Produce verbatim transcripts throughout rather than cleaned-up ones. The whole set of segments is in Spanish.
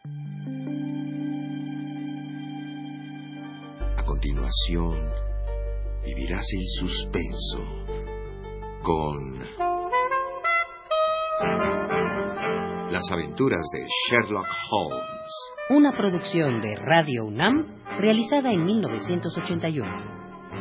A continuación, vivirás el suspenso con las aventuras de Sherlock Holmes. Una producción de Radio UNAM realizada en mil novecientos ochenta y uno.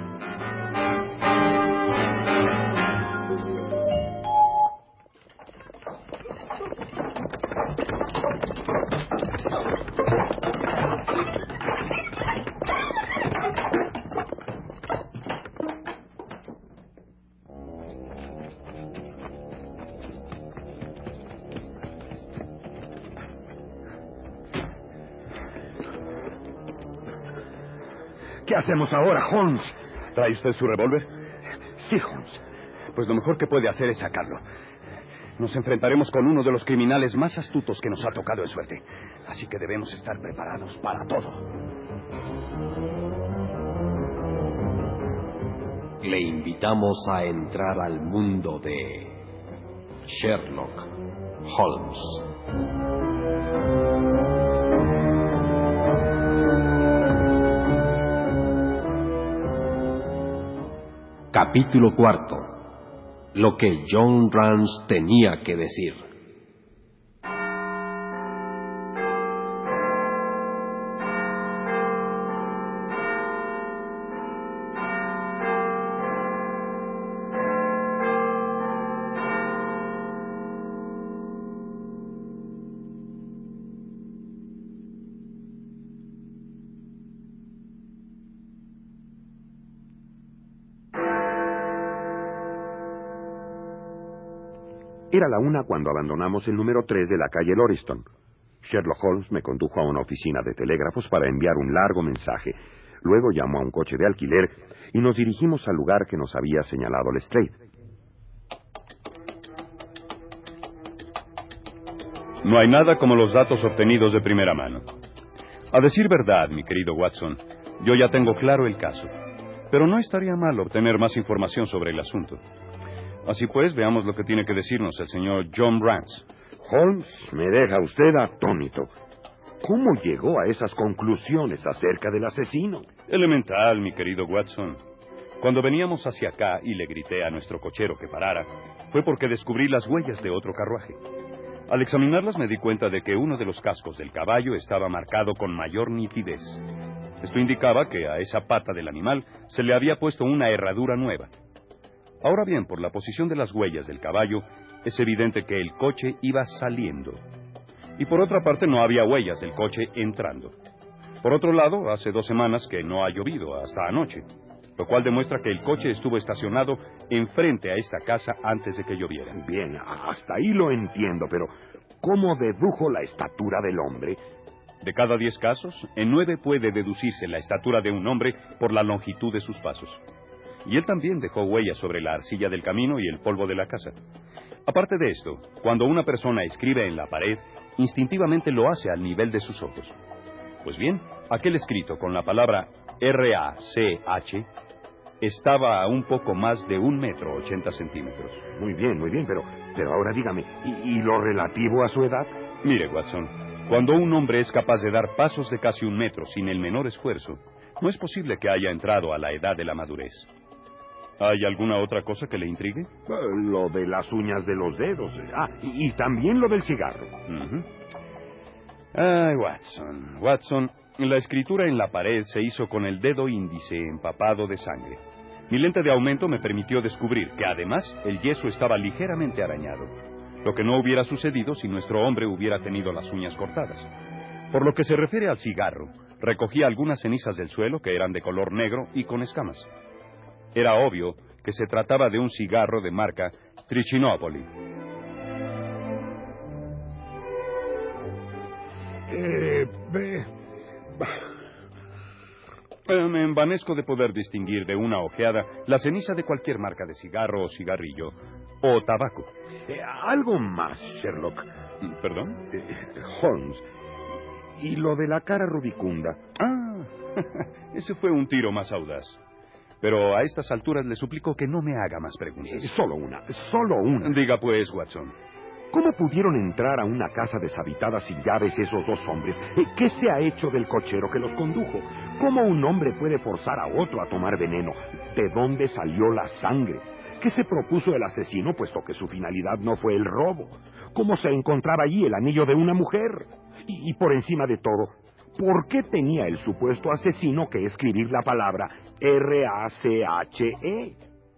¿Qué hacemos ahora, Holmes? ¿Trae usted su revólver? Sí, Holmes. Pues lo mejor que puede hacer es sacarlo. Nos enfrentaremos con uno de los criminales más astutos que nos ha tocado en suerte. Así que debemos estar preparados para todo. Le invitamos a entrar al mundo de Sherlock Holmes. Capítulo cuarto. Lo que John Rance tenía que decir. Era la una cuando abandonamos el número tres de la calle Lauriston. Sherlock Holmes me condujo a una oficina de telégrafos para enviar un largo mensaje. Luego llamó a un coche de alquiler y nos dirigimos al lugar que nos había señalado Lestrade. No hay nada como los datos obtenidos de primera mano. A decir verdad, mi querido Watson, yo ya tengo claro el caso. Pero no estaría mal obtener más información sobre el asunto. Así pues, veamos lo que tiene que decirnos el señor John Rance. Holmes, me deja usted atónito. ¿Cómo llegó a esas conclusiones acerca del asesino? Elemental, mi querido Watson. Cuando veníamos hacia acá y le grité a nuestro cochero que parara, fue porque descubrí las huellas de otro carruaje. Al examinarlas me di cuenta de que uno de los cascos del caballo estaba marcado con mayor nitidez. Esto indicaba que a esa pata del animal se le había puesto una herradura nueva. Ahora bien, por la posición de las huellas del caballo, es evidente que el coche iba saliendo. Y por otra parte, no había huellas del coche entrando. Por otro lado, hace dos semanas que no ha llovido hasta anoche, lo cual demuestra que el coche estuvo estacionado enfrente a esta casa antes de que lloviera. Bien, hasta ahí lo entiendo, pero ¿cómo dedujo la estatura del hombre? De cada diez casos, en nueve puede deducirse la estatura de un hombre por la longitud de sus pasos. Y él también dejó huellas sobre la arcilla del camino y el polvo de la casa. Aparte de esto, cuando una persona escribe en la pared, instintivamente lo hace al nivel de sus ojos. Pues bien, aquel escrito con la palabra R A C H estaba a un poco más de un metro ochenta centímetros. Muy bien, muy bien, pero, pero ahora dígame, ¿y, ¿y lo relativo a su edad? Mire, Watson, cuando un hombre es capaz de dar pasos de casi un metro sin el menor esfuerzo, no es posible que haya entrado a la edad de la madurez. ¿Hay alguna otra cosa que le intrigue? Uh, lo de las uñas de los dedos. Ah, y, y también lo del cigarro. Uh-huh. Ay, Watson, Watson, la escritura en la pared se hizo con el dedo índice empapado de sangre. Mi lente de aumento me permitió descubrir que además el yeso estaba ligeramente arañado, lo que no hubiera sucedido si nuestro hombre hubiera tenido las uñas cortadas. Por lo que se refiere al cigarro, recogí algunas cenizas del suelo que eran de color negro y con escamas. Era obvio que se trataba de un cigarro de marca Trichinopoly. Eh, eh, eh, me envanezco de poder distinguir de una ojeada la ceniza de cualquier marca de cigarro o cigarrillo o tabaco. Eh, algo más, Sherlock. ¿Perdón? Eh, Holmes. ¿Y lo de la cara rubicunda? Ah, ese fue un tiro más audaz. Pero a estas alturas le suplico que no me haga más preguntas. Eh, solo una, solo una. Diga pues, Watson. ¿Cómo pudieron entrar a una casa deshabitada sin llaves esos dos hombres? ¿Qué se ha hecho del cochero que los condujo? ¿Cómo un hombre puede forzar a otro a tomar veneno? ¿De dónde salió la sangre? ¿Qué se propuso el asesino, puesto que su finalidad no fue el robo? ¿Cómo se encontraba allí el anillo de una mujer? Y, y por encima de todo, ¿por qué tenía el supuesto asesino que escribir la palabra R A C H E?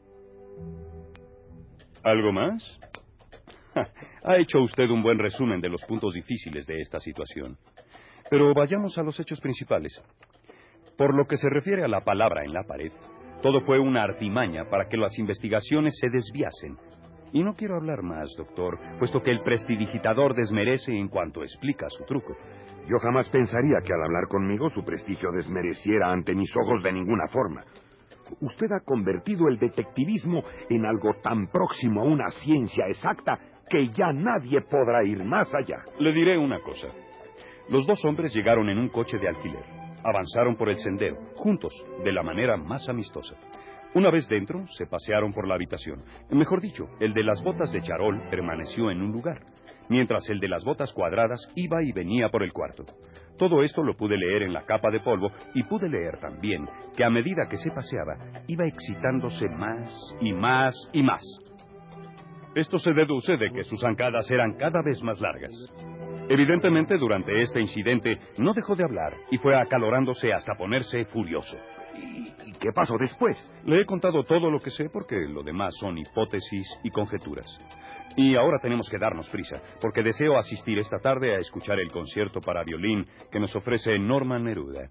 ¿Algo más? Ha hecho usted un buen resumen de los puntos difíciles de esta situación. Pero vayamos a los hechos principales. Por lo que se refiere a la palabra en la pared, todo fue una artimaña para que las investigaciones se desviasen. Y no quiero hablar más, doctor, puesto que el prestidigitador desmerece en cuanto explica su truco. Yo jamás pensaría que al hablar conmigo su prestigio desmereciera ante mis ojos de ninguna forma. Usted ha convertido el detectivismo en algo tan próximo a una ciencia exacta que ya nadie podrá ir más allá. Le diré una cosa. Los dos hombres llegaron en un coche de alquiler. Avanzaron por el sendero, juntos, de la manera más amistosa. Una vez dentro, se pasearon por la habitación. Mejor dicho, el de las botas de charol permaneció en un lugar, mientras el de las botas cuadradas iba y venía por el cuarto. Todo esto lo pude leer en la capa de polvo y pude leer también que a medida que se paseaba, iba excitándose más y más y más. Esto se deduce de que sus zancadas eran cada vez más largas. Evidentemente, durante este incidente, no dejó de hablar y fue acalorándose hasta ponerse furioso. ¿Y, y qué pasó después? Le he contado todo lo que sé porque lo demás son hipótesis y conjeturas. Y ahora tenemos que darnos prisa, porque deseo asistir esta tarde a escuchar el concierto para violín que nos ofrece Norman Neruda.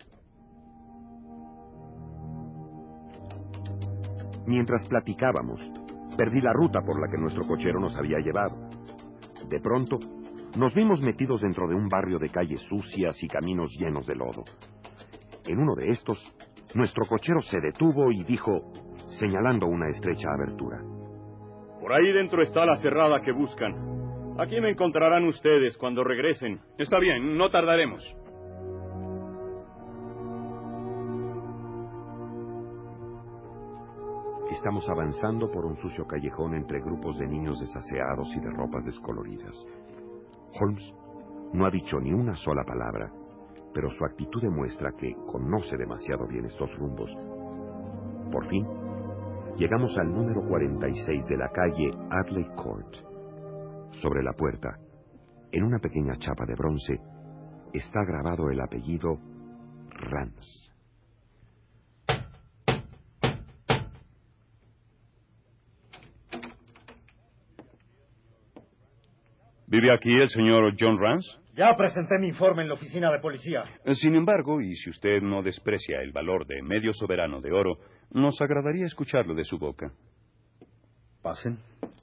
Mientras platicábamos, perdí la ruta por la que nuestro cochero nos había llevado. De pronto, nos vimos metidos dentro de un barrio de calles sucias y caminos llenos de lodo. En uno de estos, nuestro cochero se detuvo y dijo, señalando una estrecha abertura: Por ahí dentro está la cerrada que buscan. Aquí me encontrarán ustedes cuando regresen. Está bien, no tardaremos. Estamos avanzando por un sucio callejón entre grupos de niños desaseados y de ropas descoloridas. Holmes no ha dicho ni una sola palabra, pero su actitud demuestra que conoce demasiado bien estos rumbos. Por fin, llegamos al número cuarenta y seis de la calle Adley Court. Sobre la puerta, en una pequeña chapa de bronce, está grabado el apellido Rance. ¿Vive aquí el señor John Rance? Ya presenté mi informe en la oficina de policía. Sin embargo, y si usted no desprecia el valor de medio soberano de oro, nos agradaría escucharlo de su boca. Pasen.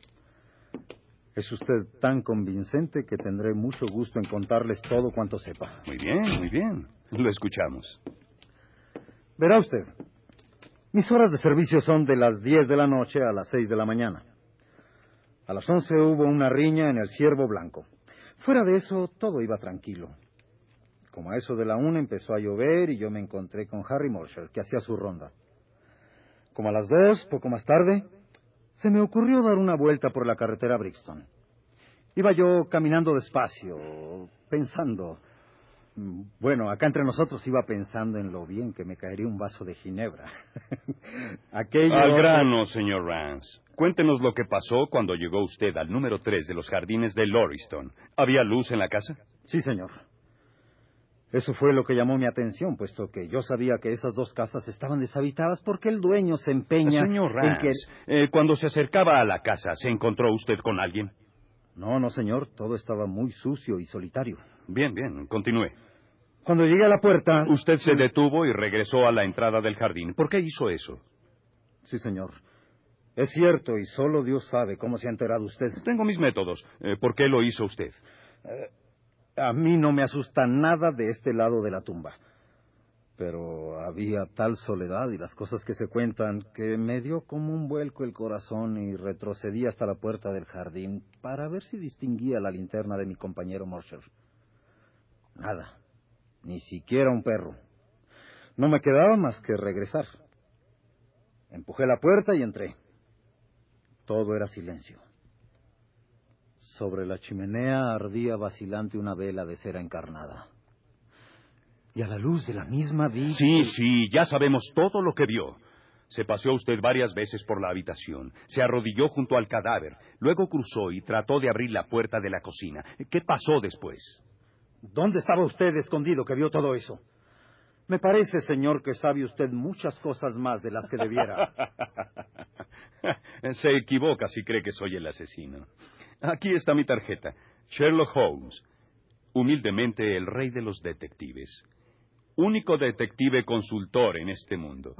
Es usted tan convincente que tendré mucho gusto en contarles todo cuanto sepa. Muy bien, muy bien. Lo escuchamos. Verá usted, mis horas de servicio son de las diez de la noche a las seis de la mañana. A las once hubo una riña en el Ciervo Blanco. Fuera de eso, todo iba tranquilo. Como a eso de la una empezó a llover y yo me encontré con Harry Marshall, que hacía su ronda. Como a las dos, poco más tarde, se me ocurrió dar una vuelta por la carretera Brixton. Iba yo caminando despacio, pensando. Bueno, acá entre nosotros iba pensando en lo bien que me caería un vaso de ginebra. Aquello... Al grano, señor Rance. Cuéntenos lo que pasó cuando llegó usted al número tres de los jardines de Lauriston. ¿Había luz en la casa? Sí, señor. Eso fue lo que llamó mi atención, puesto que yo sabía que esas dos casas estaban deshabitadas porque el dueño se empeña Señor Rance, en que... eh, cuando se acercaba a la casa, ¿se encontró usted con alguien? No, no, señor. Todo estaba muy sucio y solitario. Bien, bien. Continúe. Cuando llegué a la puerta... Usted se detuvo y regresó a la entrada del jardín. ¿Por qué hizo eso? Sí, señor. Es cierto, y solo Dios sabe cómo se ha enterado usted. Tengo mis métodos. Eh, ¿Por qué lo hizo usted? Eh, a mí no me asusta nada de este lado de la tumba. Pero había tal soledad y las cosas que se cuentan que me dio como un vuelco el corazón y retrocedí hasta la puerta del jardín para ver si distinguía la linterna de mi compañero Marshall. Nada. Ni siquiera un perro. No me quedaba más que regresar. Empujé la puerta y entré. Todo era silencio. Sobre la chimenea ardía vacilante una vela de cera encarnada. Y a la luz de la misma vi... Sí, sí, ya sabemos todo lo que vio. Se paseó usted varias veces por la habitación, se arrodilló junto al cadáver, luego cruzó y trató de abrir la puerta de la cocina. ¿Qué pasó después? ¿Dónde estaba usted escondido que vio todo eso? Me parece, señor, que sabe usted muchas cosas más de las que debiera. Se equivoca si cree que soy el asesino. Aquí está mi tarjeta. Sherlock Holmes. Humildemente el rey de los detectives. Único detective consultor en este mundo.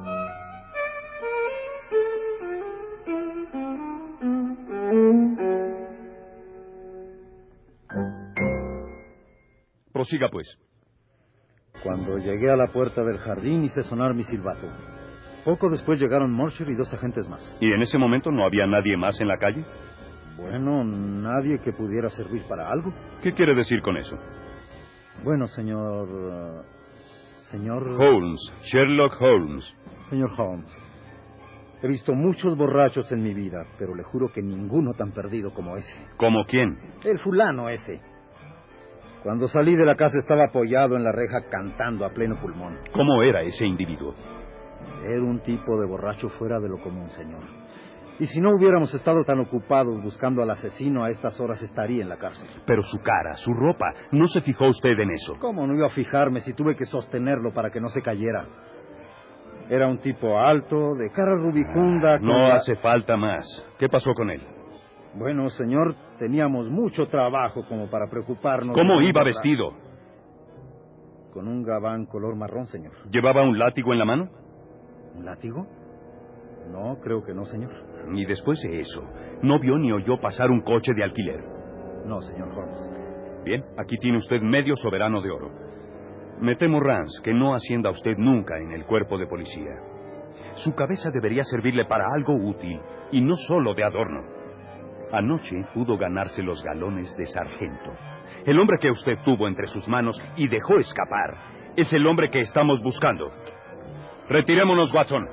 Prosiga, pues. Cuando llegué a la puerta del jardín hice sonar mi silbato. Poco después llegaron Morcher y dos agentes más. ¿Y en ese momento no había nadie más en la calle? Bueno, nadie que pudiera servir para algo. ¿Qué quiere decir con eso? Bueno, señor... uh, señor... Holmes, Sherlock Holmes. Señor Holmes, he visto muchos borrachos en mi vida, pero le juro que ninguno tan perdido como ese. ¿Como quién? El fulano ese. Cuando salí de la casa estaba apoyado en la reja cantando a pleno pulmón. ¿Cómo era ese individuo? Era un tipo de borracho fuera de lo común, señor. Y si no hubiéramos estado tan ocupados buscando al asesino, a estas horas estaría en la cárcel. Pero su cara, su ropa, ¿no se fijó usted en eso? ¿Cómo no iba a fijarme si tuve que sostenerlo para que no se cayera? Era un tipo alto, de cara rubicunda... Ah, no la... hace falta más. ¿Qué pasó con él? Bueno, señor, teníamos mucho trabajo como para preocuparnos... ¿Cómo de... iba vestido? Con un gabán color marrón, señor. ¿Llevaba un látigo en la mano? ¿Un látigo? No, creo que no, señor. Y después de eso, ¿no vio ni oyó pasar un coche de alquiler? No, señor Holmes. Bien, aquí tiene usted medio soberano de oro. Me temo, Rance, que no ascienda usted nunca en el cuerpo de policía. Su cabeza debería servirle para algo útil, y no solo de adorno. Anoche pudo ganarse los galones de sargento. El hombre que usted tuvo entre sus manos y dejó escapar es el hombre que estamos buscando. Retirémonos, Watson.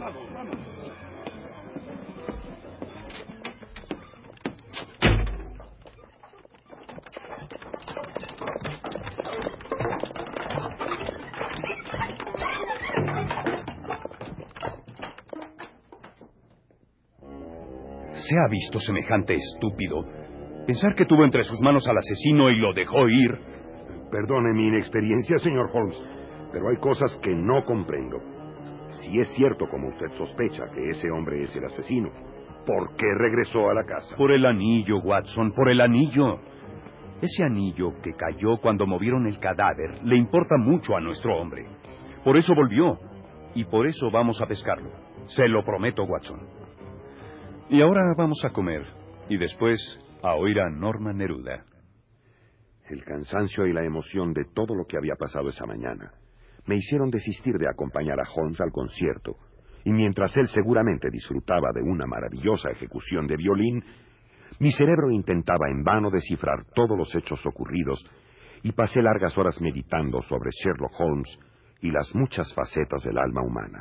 ¿Se ha visto semejante estúpido? Pensar que tuvo entre sus manos al asesino y lo dejó ir. Perdone mi inexperiencia, señor Holmes, pero hay cosas que no comprendo. Si es cierto, como usted sospecha, que ese hombre es el asesino, ¿por qué regresó a la casa? Por el anillo, Watson, por el anillo. Ese anillo que cayó cuando movieron el cadáver le importa mucho a nuestro hombre. Por eso volvió, y por eso vamos a pescarlo. Se lo prometo, Watson. Y ahora vamos a comer, y después a oír a Norma Neruda. El cansancio y la emoción de todo lo que había pasado esa mañana me hicieron desistir de acompañar a Holmes al concierto, y mientras él seguramente disfrutaba de una maravillosa ejecución de violín, mi cerebro intentaba en vano descifrar todos los hechos ocurridos, y pasé largas horas meditando sobre Sherlock Holmes y las muchas facetas del alma humana.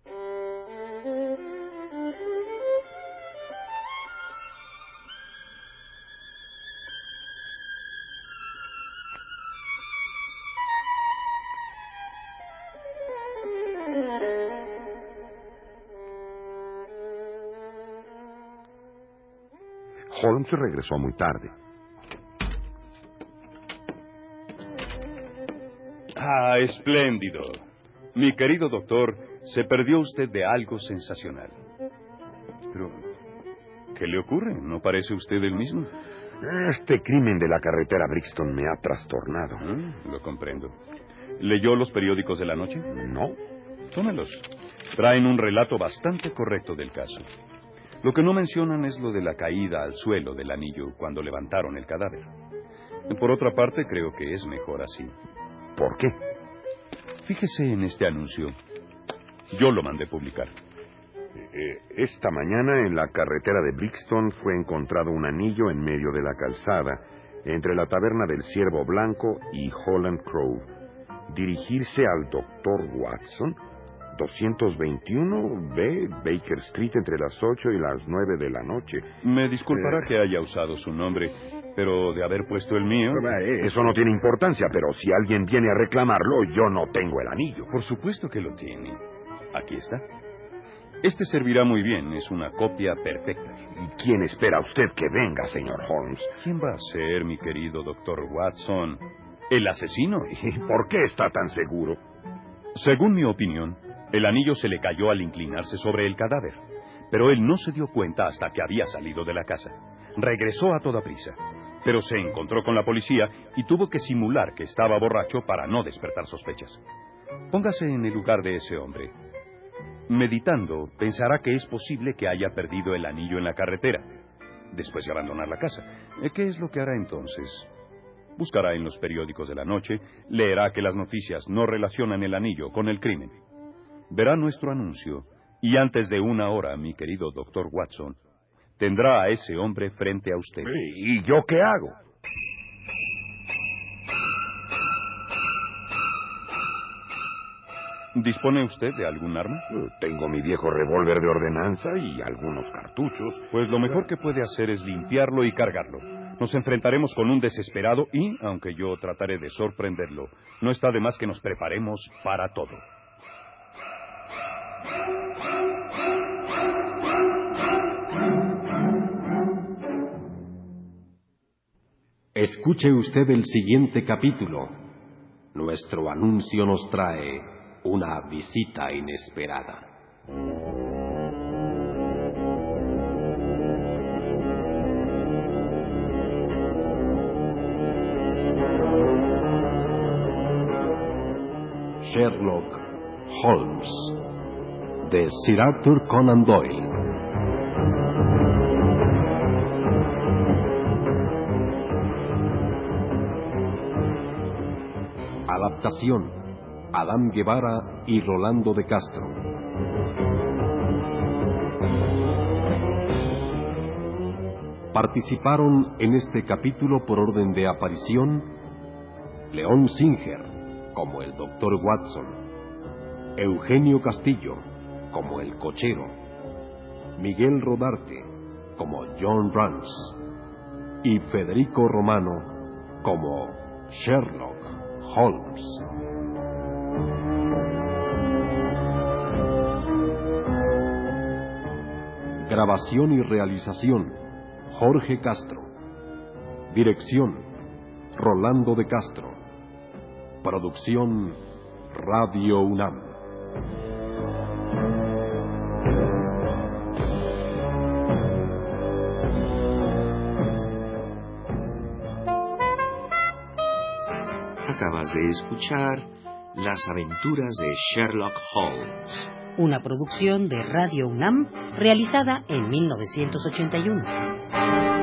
Holmes regresó muy tarde. Ah, espléndido. Mi querido doctor, se perdió usted de algo sensacional. Pero, ¿qué le ocurre? ¿No parece usted el mismo? Este crimen de la carretera Brixton me ha trastornado. Ah, lo comprendo. ¿Leyó los periódicos de la noche? No. Tómelos. Traen un relato bastante correcto del caso. Lo que no mencionan es lo de la caída al suelo del anillo cuando levantaron el cadáver. Por otra parte, creo que es mejor así. ¿Por qué? Fíjese en este anuncio. Yo lo mandé publicar. Eh, esta mañana en la carretera de Brixton fue encontrado un anillo en medio de la calzada, entre la taberna del Ciervo Blanco y Holland Grove. Dirigirse al doctor Watson, doscientos veintiuno B, Baker Street, entre las ocho y las nueve de la noche. Me disculpará Eh... que haya usado su nombre, Pero de haber puesto el mío... Eso no tiene importancia, pero si alguien viene a reclamarlo, yo no tengo el anillo. Por supuesto que lo tiene. Aquí está. Este servirá muy bien, es una copia perfecta. ¿Y quién espera usted que venga, señor Holmes? ¿Quién va a ser, mi querido doctor Watson? ¿El asesino? ¿Y por qué está tan seguro? Según mi opinión, el anillo se le cayó al inclinarse sobre el cadáver, pero él no se dio cuenta hasta que había salido de la casa. Regresó a toda prisa, pero se encontró con la policía y tuvo que simular que estaba borracho para no despertar sospechas. Póngase en el lugar de ese hombre. Meditando, pensará que es posible que haya perdido el anillo en la carretera, después de abandonar la casa. ¿Qué es lo que hará entonces? Buscará en los periódicos de la noche, leerá que las noticias no relacionan el anillo con el crimen. Verá nuestro anuncio, y antes de una hora, mi querido doctor Watson, tendrá a ese hombre frente a usted. ¿Y yo qué hago? ¿Dispone usted de algún arma? Tengo mi viejo revólver de ordenanza y algunos cartuchos. Pues lo mejor que puede hacer es limpiarlo y cargarlo. Nos enfrentaremos con un desesperado y, aunque yo trataré de sorprenderlo, no está de más que nos preparemos para todo. Escuche usted el siguiente capítulo. Nuestro anuncio nos trae una visita inesperada. Sherlock Holmes, de Sir Arthur Conan Doyle. Adaptación: Adán Guevara y Rolando de Castro. Participaron en este capítulo por orden de aparición León Singer como el doctor Watson, Eugenio Castillo como el cochero, Miguel Rodarte como John Rance y Federico Romano como Sherlock Holmes. Grabación y realización: Jorge Castro. Dirección: Rolando de Castro. Producción: Radio UNAM. Acabas de escuchar Las aventuras de Sherlock Holmes, una producción de Radio UNAM realizada en mil novecientos ochenta y uno.